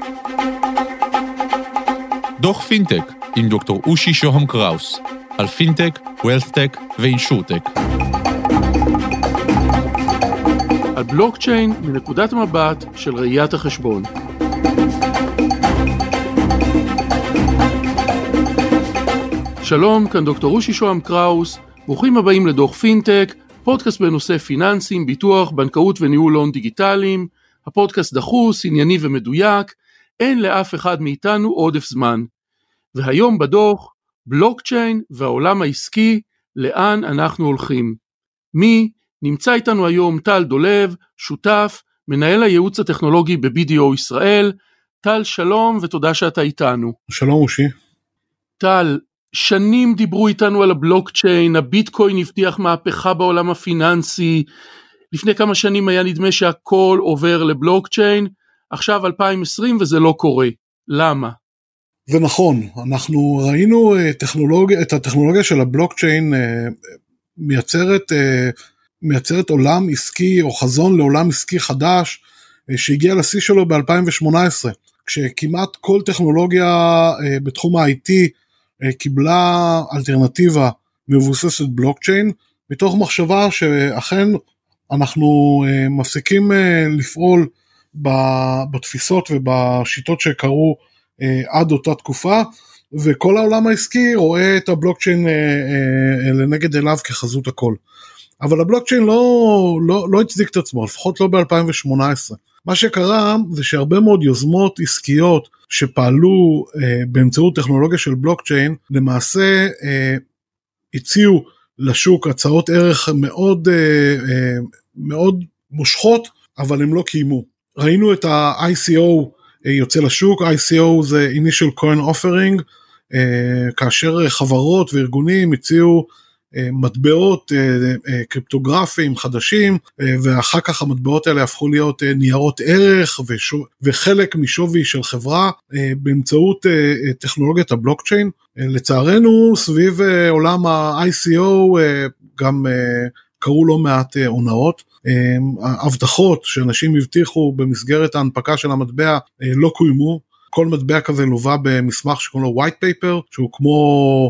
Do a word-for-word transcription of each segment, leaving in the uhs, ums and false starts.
דוח פינטק עם דוקטור אושי שוהם קראוס, על פינטק, ווילת'טק ואינשורטק. על בלוקצ'יין מנקודת מבט של ראיית החשבון. שלום, כאן דוקטור אושי שוהם קראוס, ברוכים הבאים לדוח פינטק, פודקאסט בנושא פיננסים, ביטוח, בנקאות וניהול הון דיגיטליים. הפודקאסט דחוס, ענייני ומדויק, אין לאף אחד מאיתנו עודף זמן. והיום בדוח, בלוקצ'יין והעולם העסקי, לאן אנחנו הולכים. מי? נמצא איתנו היום טל דולב, שותף, מנהל הייעוץ הטכנולוגי ב-בי די או ישראל. טל, שלום ותודה שאתה איתנו. שלום אושי. טל, שנים דיברו איתנו על הבלוקצ'יין, הביטקוין הבטיח מהפכה בעולם הפיננסי, לפני כמה שנים היה נדמה שהכל עובר לבלוקצ'יין, עכשיו אלפיים ועשרים וזה לא קורה. למה? זה נכון, אנחנו ראינו טכנולוגיה, את הטכנולוגיה של הבלוקצ'יין מייצרת, מייצרת עולם עסקי או חזון לעולם עסקי חדש, שהגיע לשיא שלו ב-אלפיים ושמונה עשרה, כשכמעט כל טכנולוגיה בתחום ה-איי טי קיבלה אלטרנטיבה מבוססת בלוקצ'יין, מתוך מחשבה שאכן אנחנו מפסיקים לפעול בתפיסות ובשיטות שקרו עד אותה תקופה, וכל העולם העסקי רואה את הבלוקצ'יין לנגד אליו כחזות הכל. אבל הבלוקצ'יין לא, לא, לא הצדיק את עצמו, לפחות לא ב-אלפיים ושמונה עשרה. מה שקרה זה שהרבה מאוד יוזמות עסקיות שפעלו באמצעות טכנולוגיה של בלוקצ'יין, למעשה הציעו לשוק הצעות ערך מאוד, מאוד מושכות, אבל הם לא קיימו. ראינו את ה-איי סי או יוצא לשוק, איי סי או זה Initial Coin Offering, כאשר חברות וארגונים הציעו מטבעות קריפטוגרפיים חדשים, ואחר כך המטבעות האלה הפכו להיות ניירות ערך וחלק משווי של חברה באמצעות טכנולוגיית הבלוקצ'יין. לצערנו סביב עולם ה-איי סי או גם קרו לא מעט הונאות, הבטחות שאנשים הבטיחו במסגרת ההנפקה של המטבע לא קוימו. כל מטבע כזה לווה במסמך שקוראים לו white paper, שהוא כמו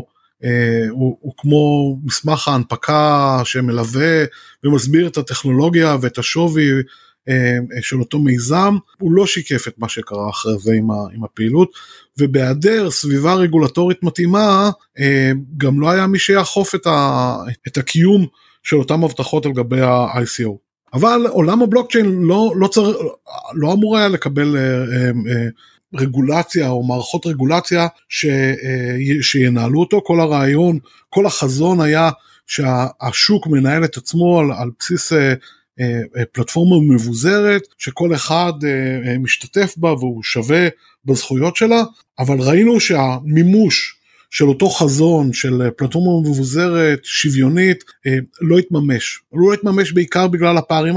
הוא, הוא כמו מסמך ההנפקה שמלווה ומסביר את הטכנולוגיה ואת השווי של אותו מיזם. הוא לא שיקף את מה שקרה אחרי זה עם, ה, עם הפעילות, ובהיעדר סביבה רגולטורית מתאימה, גם לא היה מי שיאכוף את, ה, את הקיום של אותם הבטחות על גבי ה-איי סי או. אבל עולם הבלוקצ'יין לא, לא, צר, לא אמור היה לקבל רגולציה או מערכות רגולציה ש, שינהלו אותו. כל הרעיון, כל החזון היה שהשוק מנהל את עצמו על, על בסיס פלטפורמה מבוזרת, שכל אחד משתתף בה והוא שווה בזכויות שלה, אבל ראינו שהמימוש של אותו חזון של פלטפורמה מבוזרת, שוויונית, לא התממש. הוא לא התממש בעיקר בגלל הפערים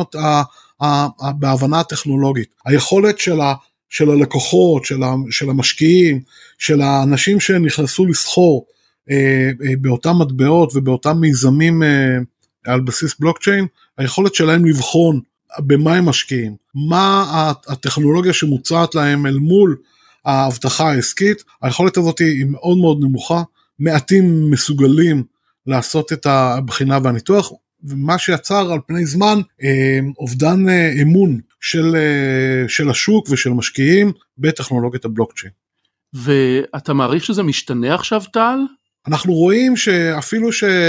בהבנה הטכנולוגית. היכולת של ה של הלקוחות, של, ה, של המשקיעים, של האנשים שנכנסו לסחור אה, אה, באותם מטבעות ובאותם מיזמים אה, על בסיס בלוקצ'יין, היכולת שלהם לבחון במה הם משקיעים, מה הטכנולוגיה שמוצעת להם אל מול ההבטחה העסקית, היכולת הזאת היא מאוד מאוד נמוכה, מעטים מסוגלים לעשות את הבחינה והניתוח, ומה שיצר על פני זמן אה, אובדן אה, אמון של, של השוק ושל משקיעים בטכנולוגיית הבלוקצ'יין. ואתה מעריך שזה משתנה עכשיו, טל? אנחנו רואים שאפילו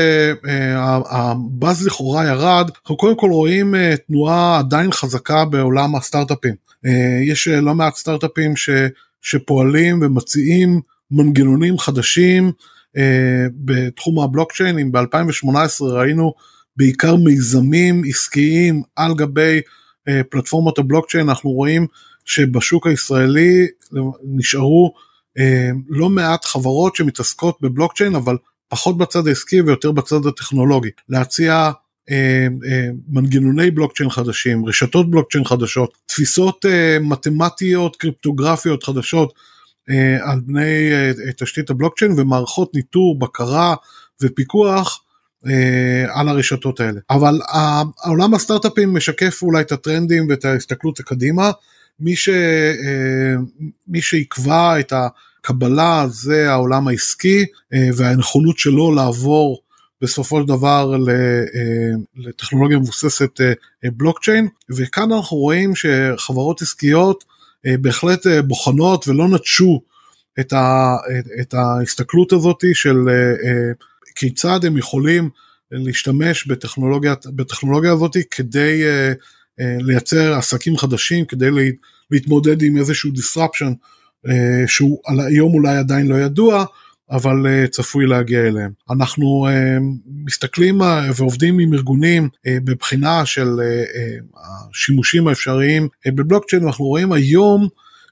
שהבאז לכאורה ירד, אנחנו קודם כל רואים תנועה עדיין חזקה בעולם הסטארט-אפים. יש לא מעט סטארט-אפים ש, שפועלים ומציעים מנגנונים חדשים בתחום הבלוקצ'יין. אם ב-אלפיים ושמונה עשרה ראינו בעיקר מיזמים עסקיים על גבי פלטפורמת הבלוקצ'יין, אנחנו רואים שבשוק הישראלי נשארו לא מעט חברות שמתעסקות בבלוקצ'יין, אבל פחות בצד העסקי ויותר בצד הטכנולוגי, להציע מנגנוני בלוקצ'יין חדשים, רשתות בלוקצ'יין חדשות, תפיסות מתמטיות, קריפטוגרפיות חדשות על בני תשתית הבלוקצ'יין, ומערכות ניטור, בקרה ופיקוח על הרשתות האלה. אבל העולם הסטארט-אפים משקף אולי את הטרנדים ואת ההסתכלות הקדימה, מי, ש, מי שיקבע את הקבלה זה העולם העסקי, והנכונות שלו לעבור בסופו של דבר לטכנולוגיה מבוססת בלוקצ'יין, וכאן אנחנו רואים שחברות עסקיות בהחלט בוחנות ולא נטשו את, ה, את ההסתכלות הזאת של כיצד הם יכולים להשתמש בטכנולוגיה, בטכנולוגיה הזאת כדי לייצר עסקים חדשים, כדי להתמודד עם איזשהו disruption שהוא היום אולי עדיין לא ידוע, אבל צפוי להגיע אליהם. אנחנו מסתכלים ועובדים עם ארגונים בבחינה של השימושים האפשריים בבלוקצ'יין, ואנחנו רואים היום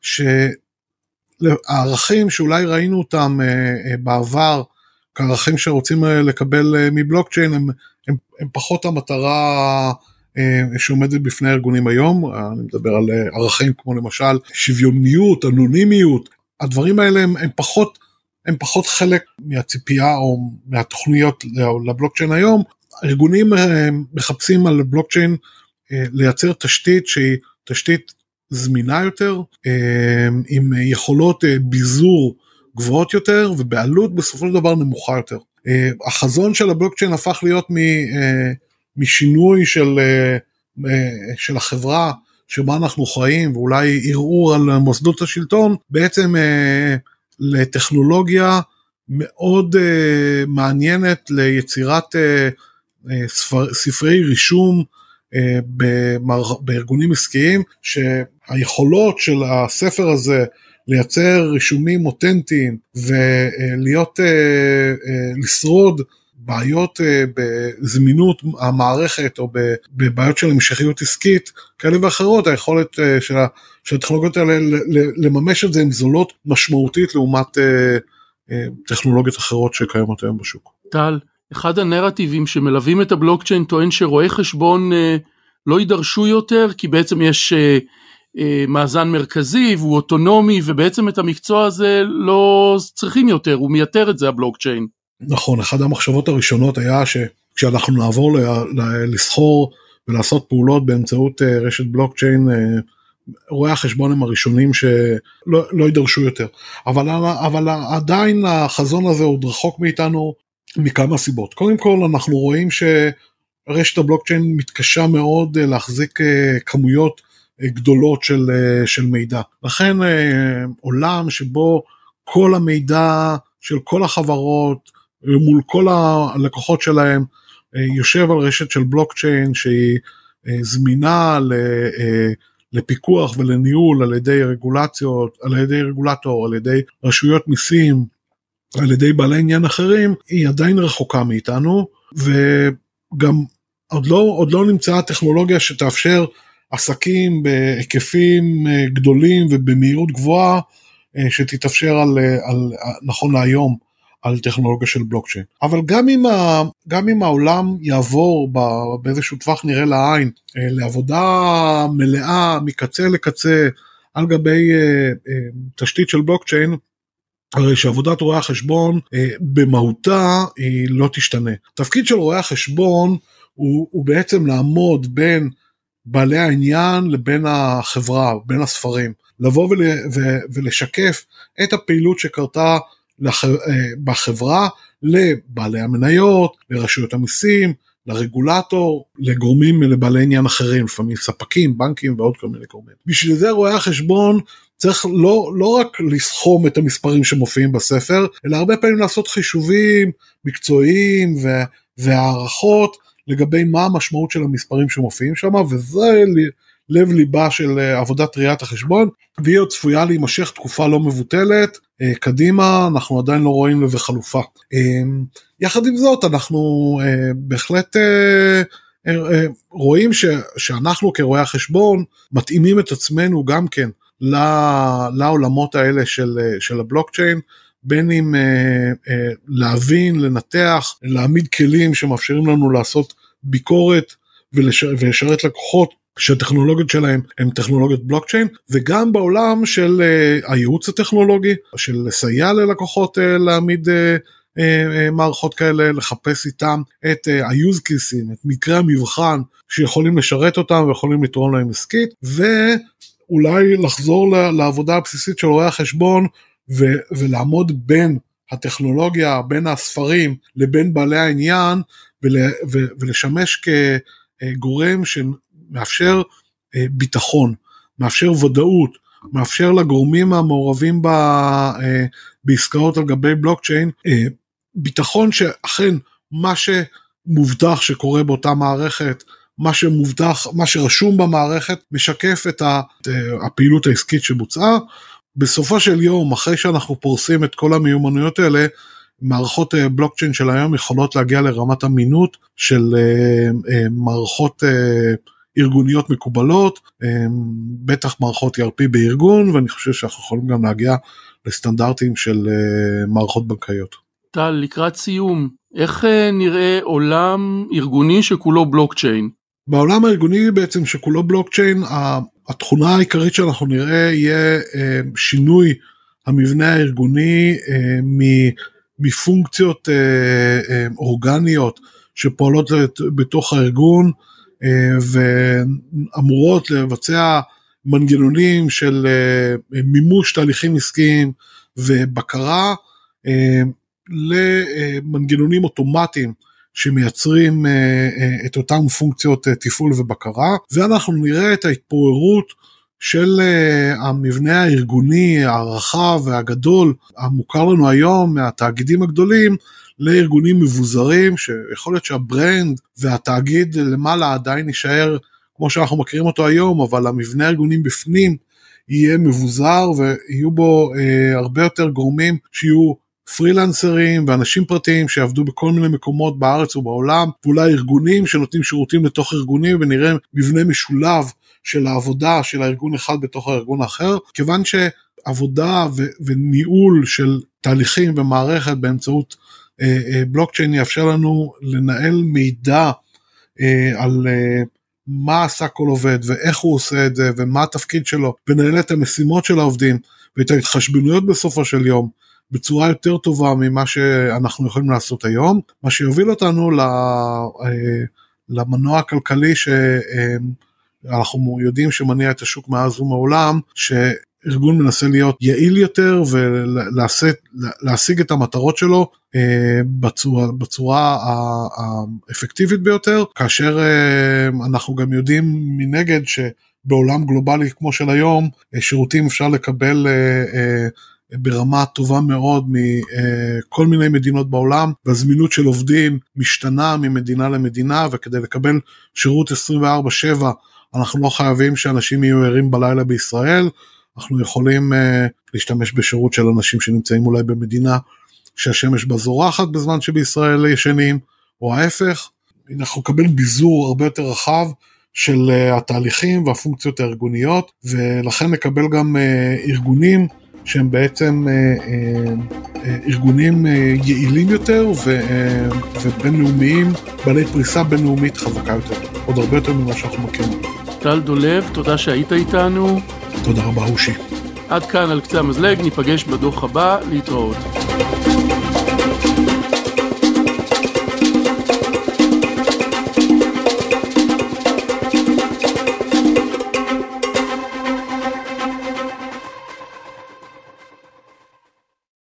שהערכים שאולי ראינו אותם בעבר, כערכים שרוצים לקבל מבלוקצ'יין, הם, הם, הם פחות המטרה שעומדת בפני הארגונים היום. אני מדבר על ערכים כמו למשל שוויוניות, אנונימיות, הדברים האלה הם, הם פחות הם פחות חלק מהציפייה או מהתוכניות לבלוקצ'יין היום. הארגונים מחפשים על בלוקצ'יין לייצר תשתית שהיא תשתית זמינה יותר, עם יכולות ביזור גבוהות יותר, ובעלות בסופו של דבר נמוכה יותר. החזון של הבלוקצ'יין הפך להיות משינוי של, של החברה שבה אנחנו חיים, ואולי ערעור על מוסדות השלטון, בעצם לטכנולוגיה מאוד uh, מעניינת ליצירת uh, ספר, ספרי רישום uh, במר, בארגונים עסקיים, שהיכולות של הספר הזה לייצר רישומים אותנטיים ולהיות, uh, uh, לשרוד בעיות uh, בזמינות המערכת או בבעיות של המשכיות עסקית כאלה ואחרות, היכולת uh, של ה... שהטכנולוגיות האלה לממש את זה עם זולות משמעותית לעומת טכנולוגיות אחרות שקיימות היום בשוק. טל, אחד הנרטיבים שמלווים את הבלוקצ'יין טוען שרואי חשבון לא יידרשו יותר, כי בעצם יש מאזן מרכזי והוא אוטונומי, ובעצם את המקצוע הזה לא צריכים יותר, הוא מייתר את זה הבלוקצ'יין. נכון, אחד המחשבות הראשונות היה שכשאנחנו נעבור לסחור ולעשות פעולות באמצעות רשת בלוקצ'יין, רואי החשבון הם הראשונים שלא לא יידרשו יותר, אבל, אבל עדיין החזון הזה עוד רחוק מאיתנו מכמה סיבות. קודם כל אנחנו רואים שרשת הבלוקצ'יין מתקשה מאוד להחזיק כמויות גדולות של, של מידע, לכן עולם שבו כל המידע של כל החברות מול כל הלקוחות שלהם יושב על רשת של בלוקצ'יין שהיא זמינה ל לפיקוח ולניהול על ידי רגולציות, על ידי רגולטור, על ידי רשויות מיסים, על ידי בעלי עניין אחרים, היא עדיין רחוקה מאיתנו, וגם עוד לא, עוד לא נמצאה טכנולוגיה שתאפשר עסקים בהיקפים גדולים ובמהירות גבוהה, שתתאפשר על, על, נכון להיום, על טכנולוגיה של בלוקצ'יין. אבל גם אם, ה, גם אם העולם יעבור באיזשהו טווח נראה לעין, לעבודה מלאה מקצה לקצה, על גבי תשתית של בלוקצ'יין, הרי שעבודת רואי החשבון במהותה היא לא תשתנה. תפקיד של רואי החשבון הוא, הוא בעצם לעמוד בין בעלי העניין לבין החברה, בין הספרים, לבוא ול, ו, ולשקף את הפעילות שקרתה בחברה לבעלי המניות, לרשויות המיסים, לרגולטור, לגורמים, לבעלי עניין אחרים, לפעמים ספקים, בנקים ועוד כל מיני גורמים. בשביל זה רואי החשבון צריך לא, לא רק לסכום את המספרים שמופיעים בספר, אלא הרבה פעמים לעשות חישובים מקצועיים ו- והערכות לגבי מה המשמעות של המספרים שמופיעים שם, וזה לב ליבה של עבודת ראיית החשבון, והיא עוד צפויה להימשך תקופה לא מבוטלת, קדימה אנחנו עדיין לא רואים לזה חלופה. יחד עם זאת אנחנו בהחלט רואים ש, שאנחנו כרואי החשבון מתאימים את עצמנו גם כן לעולמות האלה של, של הבלוקצ'יין, בין אם להבין, לנתח, להעמיד כלים שמאפשרים לנו לעשות ביקורת ולשרת לקוחות שהטכנולוגיות שלהם הן טכנולוגיות בלוקצ'יין, וגם בעולם של uh, הייעוץ הטכנולוגי, של לסייע ללקוחות uh, להעמיד uh, uh, uh, מערכות כאלה, לחפש איתם את uh, ה-use cases, את מקרי המבחן שיכולים לשרת אותם ויכולים לתרום להם עסקית, אולי לחזור לעבודה הבסיסית של רואי החשבון, ו- ולעמוד בין הטכנולוגיה, בין הספרים, לבין בעלי העניין, ול- ו- ולשמש כגורם שמאפשר ביטחון, מאפשר ודאות, מאפשר לגורמים המעורבים ב- בעסקאות על גבי בלוקצ'יין, ביטחון שאכן מה שמובטח שקורה באותה מערכת, מה שמובטח, מה שרשום במערכת, משקף את הפעילות העסקית שבוצעה. בסופו של יום, אחרי שאנחנו פורסים את כל המיומנויות האלה, מערכות בלוקצ'יין של היום יכולות להגיע לרמת אמינות של מערכות ארגוניות מקובלות, בטח מערכות E R P בארגון, ואני חושב שאנחנו יכולים גם להגיע לסטנדרטים של מערכות בנקאיות. טל, לקראת סיום, איך נראה עולם ארגוני שכולו בלוקצ'יין? בעולם הארגוני בעצם שכולו בלוקצ'יין, התכונה העיקרית שאנחנו נראה יהיה שינוי המבנה הארגוני מפונקציות אורגניות שפועלות בתוך הארגון, ואמורות לבצע מנגנונים של מימוש תהליכים עסקיים ובקרה, למנגנונים אוטומטיים שמייצרים את אותם פונקציות תפעול ובקרה, ואנחנו נראה את ההתפוררות של המבנה הארגוני הרחב והגדול המוכר לנו היום מהתאגידים הגדולים לארגונים מבוזרים, שיכול להיות שהברנד והתאגיד למעלה עדיין יישאר כמו שאנחנו מכירים אותו היום, אבל המבנה הארגונים בפנים יהיה מבוזר ויהיו בו הרבה יותר גורמים שיהיו פרילנסרים ואנשים פרטיים שיעבדו בכל מיני מקומות בארץ ובעולם, ואולי ארגונים שנותנים שירותים לתוך ארגונים, ונראה מבנה משולב של העבודה של הארגון אחד בתוך הארגון האחר, כיוון שעבודה ו- וניהול של תהליכים ומערכת באמצעות אה, אה, בלוקצ'יין יאפשר לנו לנהל מידע אה, על אה, מה עשה כל עובד ואיך הוא עושה את זה ומה התפקיד שלו, ונהל את המשימות של העובדים ואת ההתחשבנויות בסופו של יום, בצורה יותר טובה ממה שאנחנו יכולים לעשות היום, מה שיוביל אותנו למנוע הכלכלי שאנחנו יודעים שמניע את השוק מאז ומעולם, שארגון מנסה להיות יעיל יותר ולהשיג את המטרות שלו בצורה, בצורה האפקטיבית ביותר, כאשר אנחנו גם יודעים מנגד שבעולם גלובלי כמו של היום, שירותים אפשר לקבל ברמה טובה מאוד מכל מיני מדינות בעולם, והזמינות של עובדים משתנה ממדינה למדינה, וכדי לקבל שירות עשרים וארבע שבע, אנחנו לא חייבים שאנשים יהיו ערים בלילה בישראל, אנחנו יכולים להשתמש בשירות של אנשים שנמצאים אולי במדינה שהשמש בזורחת בזמן שבישראל ישנים, או ההפך. אנחנו נקבל ביזור הרבה יותר רחב של התהליכים והפונקציות הארגוניות, ולכן נקבל גם ארגונים שהם בעצם ארגונים יעילים יותר ובינלאומיים, בעלי פריסה בינלאומית חזקה יותר, עוד הרבה יותר ממה שאנחנו מכירים. טל דולב, תודה שהיית איתנו. תודה רבה, אושי. עד כאן על קצה המזלג, ניפגש בדוח הבא, להתראות.